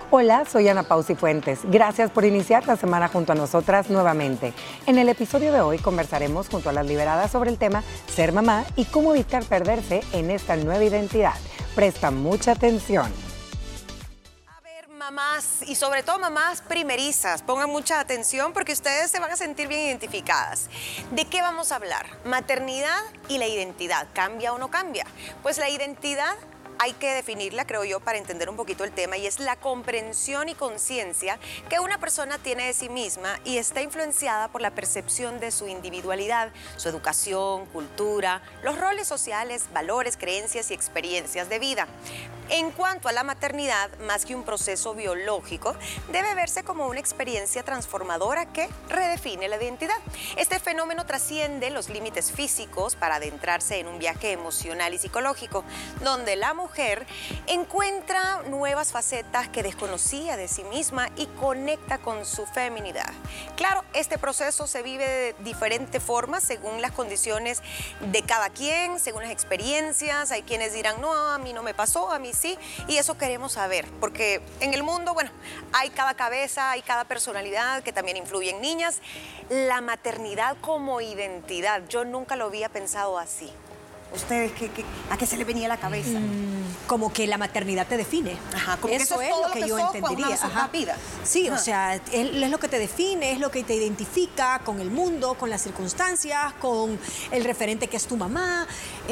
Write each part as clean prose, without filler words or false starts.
Hola, soy Ana Pausi Fuentes. Gracias por iniciar la semana junto a nosotras nuevamente. En el episodio de hoy conversaremos junto a las liberadas sobre el tema ser mamá y cómo evitar perderse en esta nueva identidad. Presta mucha atención. Mamás y sobre todo mamás primerizas, pongan mucha atención porque ustedes se van a sentir bien identificadas. ¿De qué vamos a hablar? Maternidad y la identidad. ¿Cambia o no cambia? Pues la identidad hay que definirla, creo yo, para entender un poquito el tema, y es la comprensión y conciencia que una persona tiene de sí misma y está influenciada por la percepción de su individualidad, su educación, cultura, los roles sociales, valores, creencias y experiencias de vida. En cuanto a la maternidad, más que un proceso biológico, debe verse como una experiencia transformadora que redefine la identidad. Este fenómeno trasciende los límites físicos para adentrarse en un viaje emocional y psicológico, donde la mujer encuentra nuevas facetas que desconocía de sí misma y conecta con su feminidad. Claro, este proceso se vive de diferentes formas según las condiciones de cada quien, según las experiencias. Hay quienes dirán, no, a mí no me pasó, a mí sí, y eso queremos saber, porque en el mundo, bueno, hay cada cabeza, hay cada personalidad que también influye en niñas. La maternidad como identidad, yo nunca lo había pensado así. ¿Ustedes a qué se les venía a la cabeza? Como que la maternidad te define. Ajá, como eso que es lo que yo entendería. Vida. Sí, o sea, es lo que te define, es lo que te identifica con el mundo, con las circunstancias, con el referente que es tu mamá.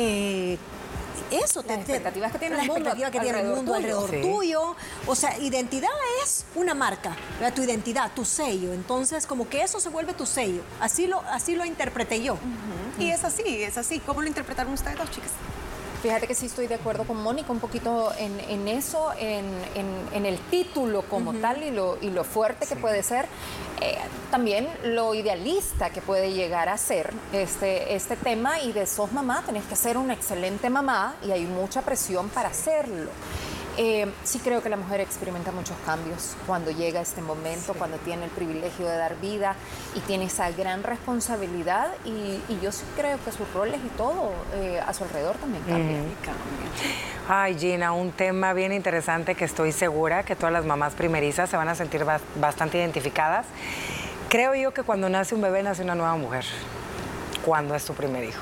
Eso, las expectativas que tiene el mundo, expectativas que tiene el mundo alrededor tuyo. O sea, identidad es una marca, ¿verdad? Tu identidad, tu sello. Entonces, como que eso se vuelve tu sello. Así lo interpreté yo. Y es así, es así. ¿Cómo lo interpretaron ustedes dos, chicas? Fíjate que sí estoy de acuerdo con Mónica un poquito en eso, en el título como tal y lo fuerte que puede ser. También lo idealista que puede llegar a ser este tema, y de sos mamá, tenés que ser una excelente mamá y hay mucha presión para hacerlo. Sí creo que la mujer experimenta muchos cambios cuando llega este momento, cuando tiene el privilegio de dar vida y tiene esa gran responsabilidad, y yo sí creo que sus roles y todo a su alrededor también cambian. Ay, Gina, un tema bien interesante que estoy segura que todas las mamás primerizas se van a sentir bastante identificadas. Creo yo que cuando nace un bebé nace una nueva mujer, cuando es tu primer hijo.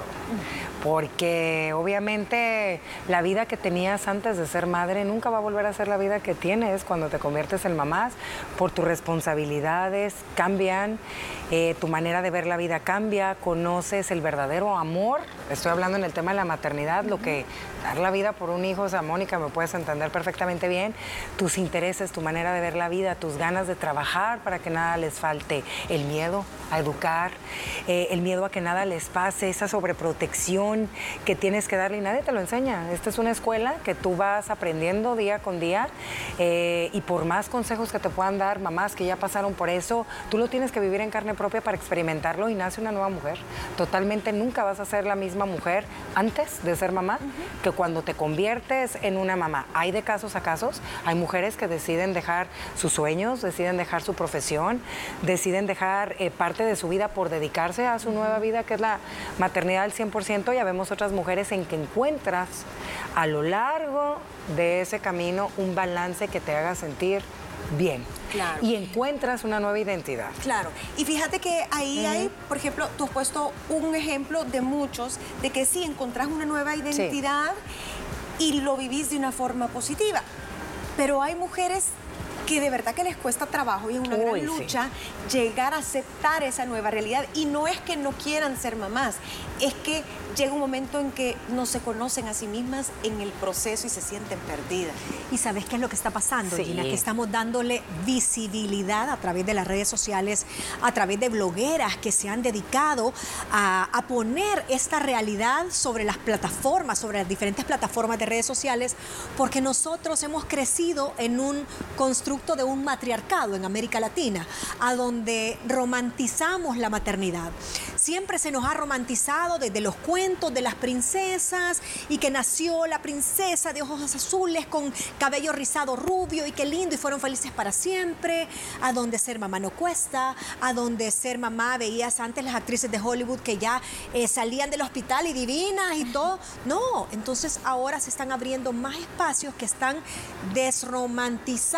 Porque obviamente la vida que tenías antes de ser madre nunca va a volver a ser la vida que tienes cuando te conviertes en mamás, por tus responsabilidades cambian, tu manera de ver la vida cambia, conoces el verdadero amor. Estoy hablando en el tema de la maternidad, lo que dar la vida por un hijo, o sea, Mónica, me puedes entender perfectamente bien, tus intereses, tu manera de ver la vida, tus ganas de trabajar para que nada les falte, el miedo a educar, el miedo a que nada les pase, esa sobreprotección que tienes que darle y nadie te lo enseña. Esta es una escuela que tú vas aprendiendo día con día, y por más consejos que te puedan dar mamás que ya pasaron por eso, tú lo tienes que vivir en carne propia para experimentarlo, y nace una nueva mujer. Totalmente nunca vas a ser la misma mujer antes de ser mamá que cuando te conviertes en una mamá. Hay de casos a casos, hay mujeres que deciden dejar sus sueños, deciden dejar su profesión, deciden dejar parte de su vida por dedicarse a su nueva vida, que es la maternidad al 100%. Ya vemos otras mujeres en que encuentras a lo largo de ese camino un balance que te haga sentir bien. Claro. Y encuentras una nueva identidad. Claro. Y fíjate que ahí hay, por ejemplo, tú has puesto un ejemplo de muchos, de que sí, encontrás una nueva identidad y lo vivís de una forma positiva. Pero hay mujeres que de verdad que les cuesta trabajo y es una gran lucha llegar a aceptar esa nueva realidad. Y no es que no quieran ser mamás, es que llega un momento en que no se conocen a sí mismas en el proceso y se sienten perdidas. ¿Y sabes qué es lo que está pasando, Gina? Que estamos dándole visibilidad a través de las redes sociales, a través de blogueras que se han dedicado a poner esta realidad sobre las plataformas, sobre las diferentes plataformas de redes sociales, porque nosotros hemos crecido en un constructo de un matriarcado en América Latina, a donde romantizamos la maternidad. Siempre se nos ha romantizado desde los cuentos de las princesas, y que nació la princesa de ojos azules con cabello rizado rubio y qué lindo, y fueron felices para siempre, a donde ser mamá no cuesta, a donde ser mamá, veías antes las actrices de Hollywood que ya salían del hospital y divinas y todo. No, entonces ahora se están abriendo más espacios que están desromantizando la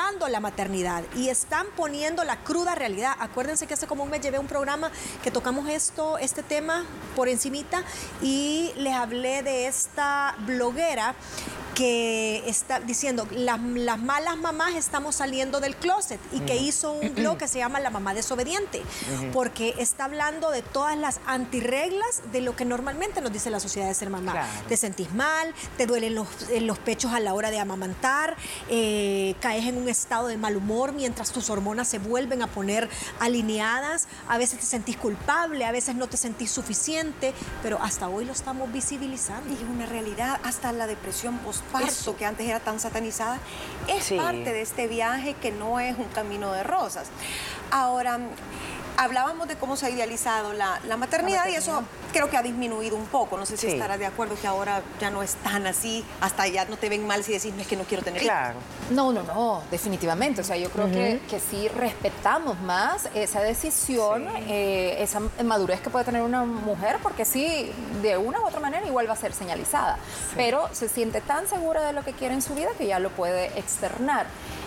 maternidad y están poniendo la cruda realidad. Acuérdense que hace como un mes llevé un programa que tocamos este tema por encimita y les hablé de esta bloguera que está diciendo las malas mamás estamos saliendo del closet y que hizo un blog que se llama La Mamá Desobediente, porque está hablando de todas las antirreglas de lo que normalmente nos dice la sociedad de ser mamá. Claro. Te sentís mal, te duelen los pechos a la hora de amamantar, caes en un estado de mal humor mientras tus hormonas se vuelven a poner alineadas, a veces te sentís culpable, a veces no te sentís suficiente, pero hasta hoy lo estamos visibilizando. Y es una realidad, hasta la depresión postparto, que antes era tan satanizada, es parte de este viaje que no es un camino de rosas. Ahora, hablábamos de cómo se ha idealizado la maternidad y eso creo que ha disminuido un poco. No sé si estarás de acuerdo que ahora ya no es tan así, hasta ya no te ven mal si decís, no es que no quiero tener hijos. No, definitivamente. O sea, yo creo que sí respetamos más esa decisión, esa madurez que puede tener una mujer, porque sí, de una u otra manera igual va a ser señalizada. Pero se siente tan segura de lo que quiere en su vida que ya lo puede externar.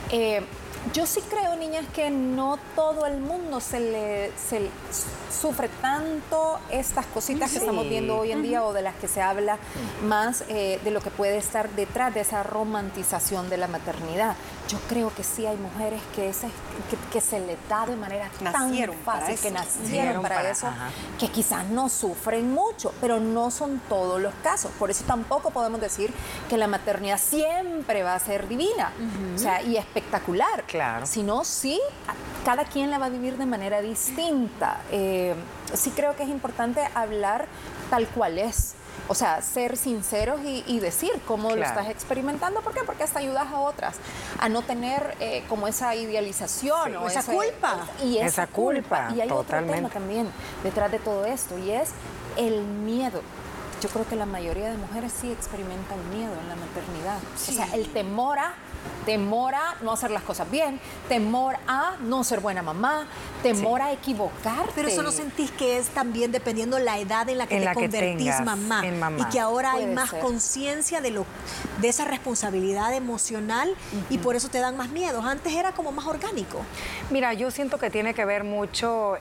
Yo sí creo, niñas, que no todo el mundo se sufre tanto estas cositas que estamos viendo hoy en día o de las que se habla más de lo que puede estar detrás de esa romantización de la maternidad. Yo creo que sí hay mujeres que se les da de manera tan fácil, que nacieron para eso, que quizás no sufren mucho, pero no son todos los casos. Por eso tampoco podemos decir que la maternidad siempre va a ser divina, o sea, y espectacular. Claro. Sino sí, cada quien la va a vivir de manera distinta. Sí creo que es importante hablar tal cual es. O sea, ser sinceros y decir cómo lo estás experimentando. ¿Por qué? Porque hasta ayudas a otras a no tener como esa idealización o esa culpa. Y esa culpa. Y hay totalmente. otro tema también detrás de todo esto y es el miedo. Yo creo que la mayoría de mujeres sí experimentan miedo en la maternidad. Sí. O sea, el temor a no hacer las cosas bien, temor a no ser buena mamá, temor a equivocarte. Pero eso no sentís que es también dependiendo la edad en la que te convertís mamá y que ahora hay más conciencia de esa responsabilidad emocional y por eso te dan más miedos. Antes era como más orgánico. Mira, yo siento que tiene que ver mucho...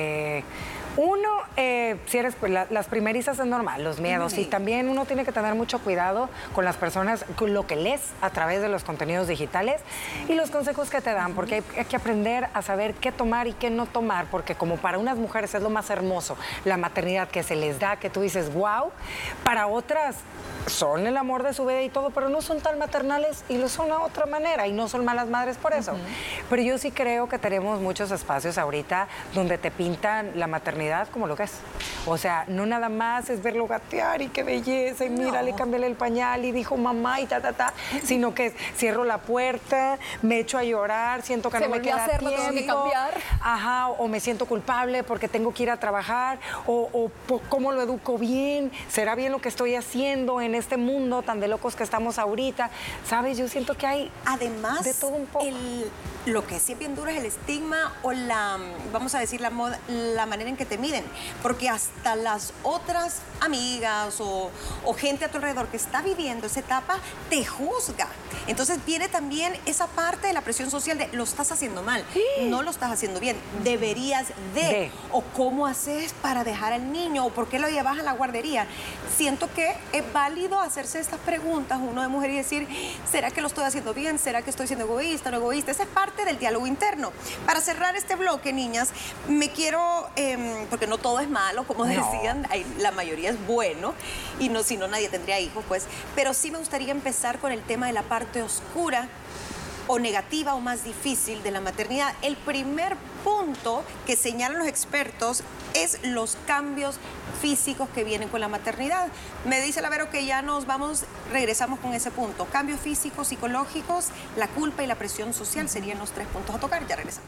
Uno, si eres las primerizas es normal, los miedos, y también uno tiene que tener mucho cuidado con las personas, con lo que lees a través de los contenidos digitales y los consejos que te dan, porque hay que aprender a saber qué tomar y qué no tomar, porque como para unas mujeres es lo más hermoso, la maternidad que se les da, que tú dices, wow, para otras son el amor de su vida y todo, pero no son tan maternales y lo son a otra manera y no son malas madres por eso. Pero yo sí creo que tenemos muchos espacios ahorita donde te pintan la maternidad como lo que es. O sea, no nada más es verlo gatear y qué belleza y mira, le cambié el pañal y dijo mamá y sino que cierro la puerta, me echo a llorar, siento que no me queda tiempo. Tengo que cambiar. Ajá, o me siento culpable porque tengo que ir a trabajar o cómo lo educo bien, será bien lo que estoy haciendo en este mundo tan de locos que estamos ahorita. ¿Sabes? Yo siento que hay además de todo un poco. Lo que sí es bien duro es el estigma o vamos a decir, la manera en que te miden, porque hasta las otras amigas o gente a tu alrededor que está viviendo esa etapa te juzga. Entonces viene también esa parte de la presión social de lo estás haciendo mal, no lo estás haciendo bien, deberías o cómo haces para dejar al niño o por qué lo llevas a la guardería. Siento que es válido hacerse estas preguntas uno de mujer y decir, ¿será que lo estoy haciendo bien? ¿Será que estoy siendo egoísta o no egoísta? Esa es parte del diálogo interno. Para cerrar este bloque, niñas, me quiero, porque no todo es malo, como decían, la mayoría es bueno, y no, si no nadie tendría hijos, pues, pero sí me gustaría empezar con el tema de la parte oscura o negativa o más difícil de la maternidad. El primer punto que señalan los expertos es los cambios físicos que vienen con la maternidad. Me dice la Vero que ya regresamos con ese punto. Cambios físicos, psicológicos, la culpa y la presión social serían los 3 puntos a tocar. Ya regresamos.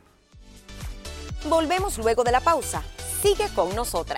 Volvemos luego de la pausa. Sigue con nosotras.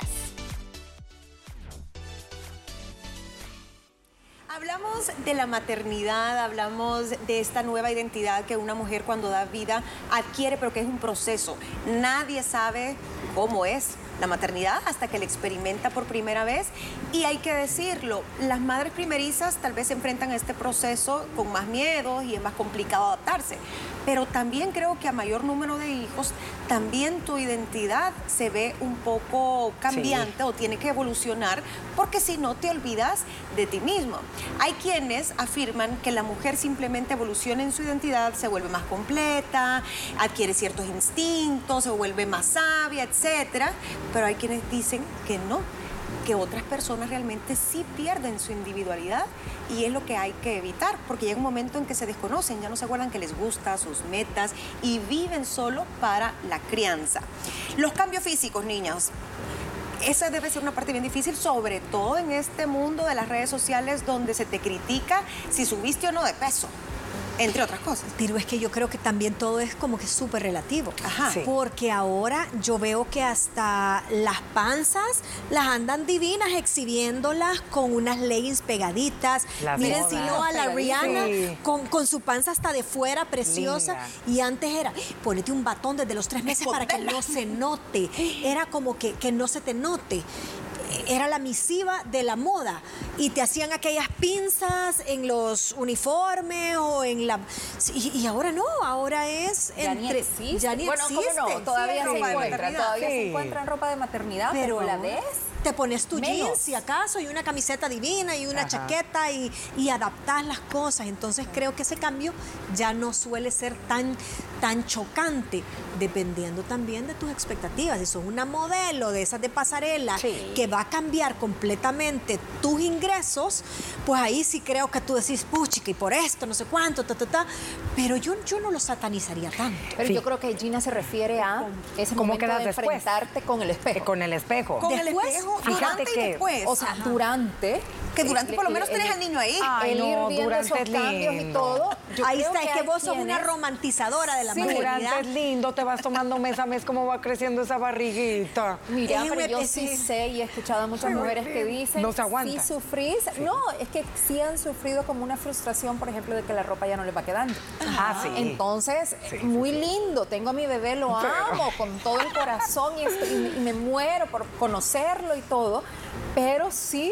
Hablamos de la maternidad, hablamos de esta nueva identidad que una mujer cuando da vida adquiere, pero que es un proceso. Nadie sabe cómo es la maternidad hasta que la experimenta por primera vez. Y hay que decirlo, las madres primerizas tal vez se enfrentan a este proceso con más miedo y es más complicado adaptarse. Pero también creo que a mayor número de hijos, también tu identidad se ve un poco cambiante o tiene que evolucionar, porque si no te olvidas de ti mismo. Hay quienes afirman que la mujer simplemente evoluciona en su identidad, se vuelve más completa, adquiere ciertos instintos, se vuelve más sabia, etcétera. Pero hay quienes dicen que no, que otras personas realmente sí pierden su individualidad y es lo que hay que evitar, porque llega un momento en que se desconocen, ya no se acuerdan que les gusta, sus metas y viven solo para la crianza. Los cambios físicos, niñas. Esa debe ser una parte bien difícil, sobre todo en este mundo de las redes sociales donde se te critica si subiste o no de peso, entre otras cosas. Pero es que yo creo que también todo es como que súper relativo. Ajá. Sí. Porque ahora yo veo que hasta las panzas las andan divinas exhibiéndolas con unas leggings pegaditas. Las Miren modas. si no a la Rihanna Sí. con su panza hasta de fuera, preciosa. Linda. Y antes era, ponete un batón desde los 3 meses para que no se note. Era como que no se te note. Era la misiva de la moda y te hacían aquellas pinzas en los uniformes o en la... Y ahora no, ahora es Ya ni existe. Ya ni bueno, existe. ¿cómo no? Todavía Sí, se ropa de encuentra, maternidad. todavía se Sí. encuentra en ropa de maternidad, pero la ves. Te pones tu menos. jeans si acaso y una camiseta divina y una Ajá. chaqueta y adaptas las cosas. Entonces creo que ese cambio ya no suele ser tan chocante, dependiendo también de tus expectativas. Si sos una modelo de esas de pasarela Sí. que va a cambiar completamente tus ingresos, pues ahí sí creo que tú decís, puchica, y por esto, no sé cuánto, pero yo no lo satanizaría tanto. Pero Sí. yo creo que Gina se refiere a ese ¿Cómo momento quedas de después? enfrentarte con el espejo. Con el espejo. Con el Después, espejo, fíjate durante y que- después. O sea, durante. que durante por lo menos tenés el- al niño ahí. Ay, el no, ir viendo durante esos es cambios y lindo. todo. Yo Ahí creo está, es que hay vos sos una quienes- romantizadora de la Sí, maternidad. Durante es lindo, te vas tomando mes a mes cómo va creciendo esa barriguita. Mira, Es pero un yo EP. sí sé y he escuchado a muchas mujeres que dicen, No se aguanta. si sufrís, no, es que sí han sufrido como una frustración, por ejemplo, de que la ropa ya no les va quedando. Ah, sí. Entonces, muy lindo, tengo a mi bebé, lo amo con todo el corazón y me muero por conocerlo y todo, pero sí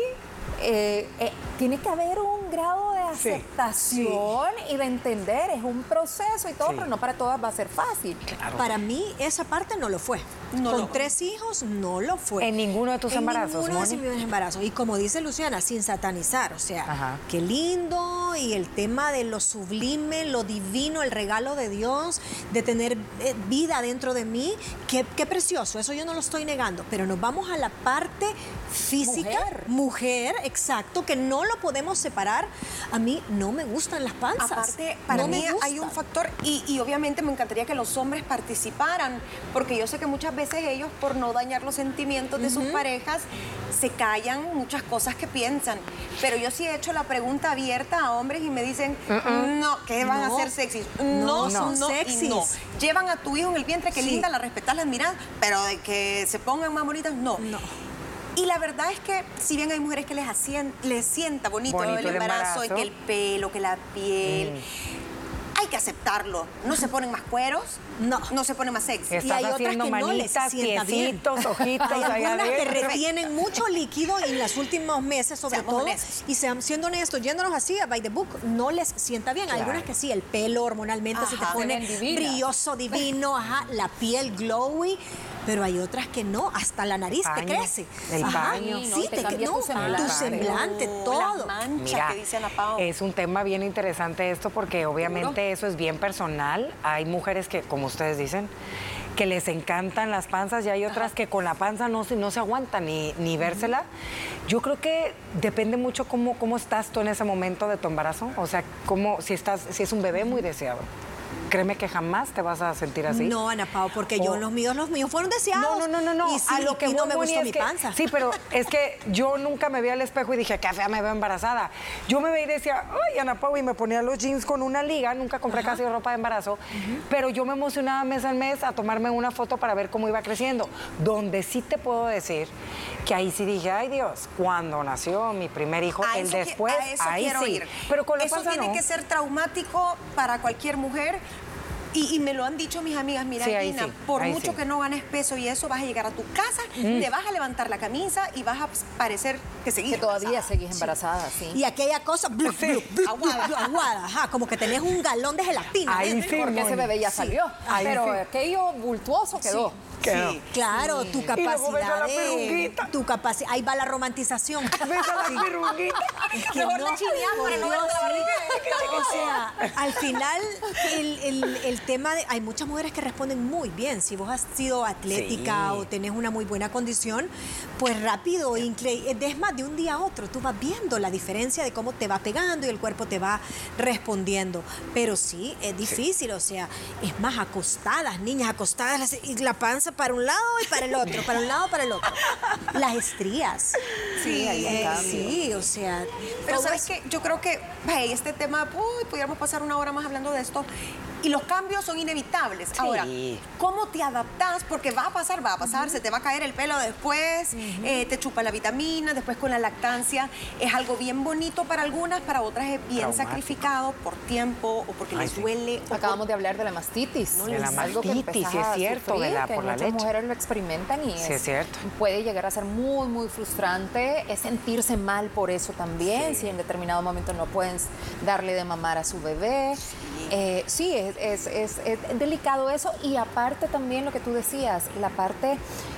tiene que haber un grado de Sí. aceptación y de entender, es un proceso y todo, Sí. pero no para todas va a ser fácil. Para mí esa parte no lo fue. No Con lo- 3 hijos no lo fue. En ninguno de tus embarazos, En ninguno de Moni. mis embarazos. Y como dice Luciana, sin satanizar. O sea, Ajá. qué lindo y el tema de lo sublime, lo divino, el regalo de Dios, de tener vida dentro de mí, qué precioso. Eso yo no lo estoy negando. Pero nos vamos a la parte física. Mujer, exacto, que no lo podemos separar. A mí no me gustan las panzas. Aparte, para No me mí hay un gustan. factor, y obviamente me encantaría que los hombres participaran, porque yo sé que muchas veces ellos, por no dañar los sentimientos de sus parejas, se callan muchas cosas que piensan. Pero yo sí he hecho la pregunta abierta a hombres y me dicen, no, que van No. a ser sexys. No No, son no, y sexys. no. Llevan a tu hijo en el vientre, que Sí. linda, la respetas, la admiras, pero de que se pongan más bonitas, no. No. Y la verdad es que si bien hay mujeres que les sienta bonito, Bonito el el embarazo, y embarazo. que el pelo, que la piel, hay que aceptarlo. No se ponen más cueros, No. se ponen más sexy. Estás Y hay otras haciendo que no les manitas, sienta bien. piecitos, ojitos Hay allá algunas que adentro. retienen mucho líquido y en los últimos meses, sobre Seamos todo, honestos. y siendo honestos, yéndonos así a by the book, no les sienta bien. Hay Claro. algunas que sí, el pelo hormonalmente se te Ajá. pone Se ven divinas. brilloso, divino, ajá, la piel glowy, pero hay otras que no, hasta la nariz te Paño, crece. el Ajá, paño. Sí, no, sí, te cambia tu semblante. tu semblante, No, todo. La mancha Mira, que dice Ana Pao. es un tema bien interesante esto porque obviamente eso es bien personal. Hay mujeres que, como ustedes dicen, que les encantan las panzas y hay otras que con la panza no se aguantan ni vérsela. Yo creo que depende mucho cómo estás tú en ese momento de tu embarazo. O sea, si es un bebé muy deseado. Créeme que jamás te vas a sentir así. No, Ana Pao, porque O- los míos fueron deseados. No. Y sí, a lo que y no voy, me Moni, gustó es mi que- panza. Sí, pero es que yo nunca me vi al espejo y dije, qué fea me veo embarazada. Yo me veía y decía, ay, Ana Pau, y me ponía los jeans con una liga, nunca compré casi ropa de embarazo, pero yo me emocionaba mes al mes a tomarme una foto para ver cómo iba creciendo. Donde sí te puedo decir que ahí sí dije, ay Dios, cuando nació mi primer hijo, A el eso después, a eso ahí quiero sí. ir. Pero con la eso panza tiene no. que ser traumático para cualquier mujer. Y me lo han dicho mis amigas, mira, Gina, por mucho que no ganes peso y eso, vas a llegar a tu casa, te vas a levantar la camisa y vas a parecer que seguís todavía seguís embarazada, sí. Y aquella cosa, aguada, ajá, como que tenés un galón de gelatina. Porque ese bebé ya salió, pero aquello bultuoso quedó. Sí, claro, tu capacidad tu capacidad, ahí va la romantización. Mejor la chineamos para no ver la barriga. O sea, al final el tema de, hay muchas mujeres que responden muy bien. Si vos has sido atlética o tenés una muy buena condición, pues rápido, es más, de un día a otro, tú vas viendo la diferencia de cómo te va pegando y el cuerpo te va respondiendo. Pero sí, es difícil, o sea, es más, acostadas, niñas acostadas, y la panza para un lado y para el otro, para un lado, para el otro. Las estrías. Sí, o sea... Pero ¿sabes qué? Yo creo que este tema, pudiéramos pasar una hora más hablando de esto. Y los cambios son inevitables. Sí. Ahora, ¿cómo te adaptas? Porque va a pasar, se te va a caer el pelo después, te chupa la vitamina, después con la lactancia. Es algo bien bonito para algunas, para otras es bien sacrificado por tiempo o porque les duele. Acabamos de hablar de la mastitis. ¿No? De la mastitis, sí es cierto, por la leche. Muchas mujeres lo experimentan y es cierto. Puede llegar a ser muy, muy frustrante. Es sentirse mal por eso también, si en determinado momento no pueden darle de mamar a su bebé. Sí, es delicado eso, y aparte también lo que tú decías, la parte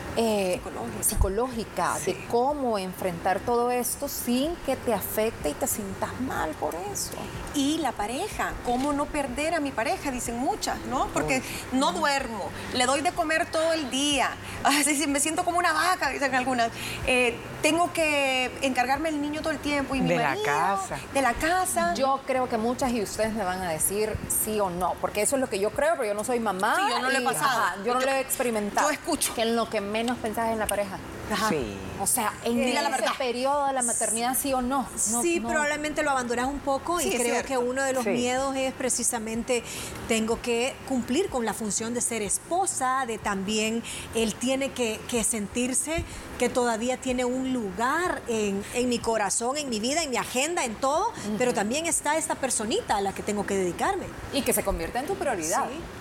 psicológica de cómo enfrentar todo esto sin que te afecte y te sientas mal por eso. Y la pareja, cómo no perder a mi pareja, dicen muchas, ¿no? Porque no duermo, le doy de comer todo el día, me siento como una vaca, dicen algunas. Tengo que encargarme del niño todo el tiempo y mi marido, de la casa. Yo creo que muchas, y ustedes me van a decir sí o no, porque eso es lo que yo creo, pero yo no soy mamá. Sí, yo no lo he pasado. Yo no lo he experimentado. Yo escucho. Que en lo que menos pensás en la pareja. Sí. O sea, en ese periodo de la maternidad, sí o no. Sí, probablemente lo abandonas un poco, y creo que uno de los miedos es precisamente, tengo que cumplir con la función de ser esposa, de también él tiene que sentirse que todavía tiene un lugar en mi corazón, en mi vida, en mi agenda, en todo, pero también está esta personita a la que tengo que dedicarme. Y que se convierta en tu prioridad.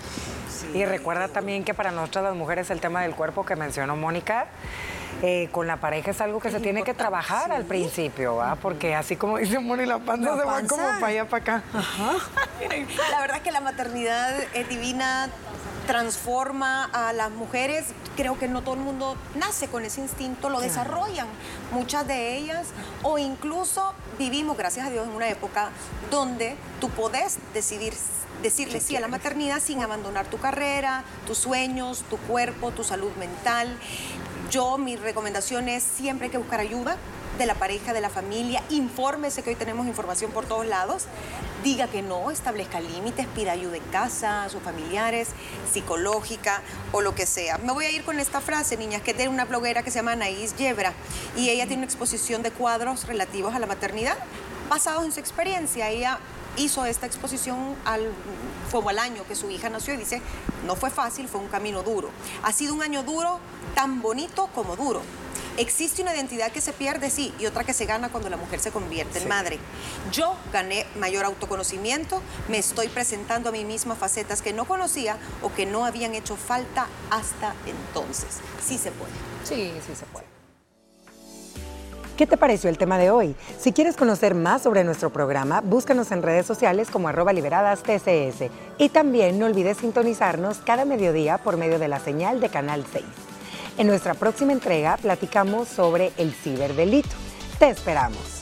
Y recuerda también que para nosotras las mujeres el tema del cuerpo que mencionó Mónica, con la pareja es algo que se tiene que trabajar al principio, ¿va? Porque así como dice Moni, la panza se va como para allá, para acá. Miren, la verdad es que la maternidad es divina, transforma a las mujeres. Creo que no todo el mundo nace con ese instinto, lo desarrollan muchas de ellas, o incluso vivimos, gracias a Dios, en una época donde tú podés decirle sí a la maternidad sin abandonar tu carrera, tus sueños, tu cuerpo, tu salud mental. Mi recomendación es siempre hay que buscar ayuda de la pareja, de la familia. Infórmese, que hoy tenemos información por todos lados. Diga que no, establezca límites, pida ayuda en casa, a sus familiares, psicológica o lo que sea. Me voy a ir con esta frase, niñas, que es de una bloguera que se llama Anaís Yebra, y ella tiene una exposición de cuadros relativos a la maternidad basados en su experiencia. Ella hizo esta exposición como al año que su hija nació y dice, no fue fácil, fue un camino duro. Ha sido un año duro, tan bonito como duro. Existe una identidad que se pierde, sí, y otra que se gana cuando la mujer se convierte en madre. Yo gané mayor autoconocimiento, me estoy presentando a mí misma facetas que no conocía o que no habían hecho falta hasta entonces. Sí se puede. Sí, sí se puede. ¿Qué te pareció el tema de hoy? Si quieres conocer más sobre nuestro programa, búscanos en redes sociales como @liberadastcs. Y también no olvides sintonizarnos cada mediodía por medio de la señal de Canal 6. En nuestra próxima entrega platicamos sobre el ciberdelito. ¡Te esperamos!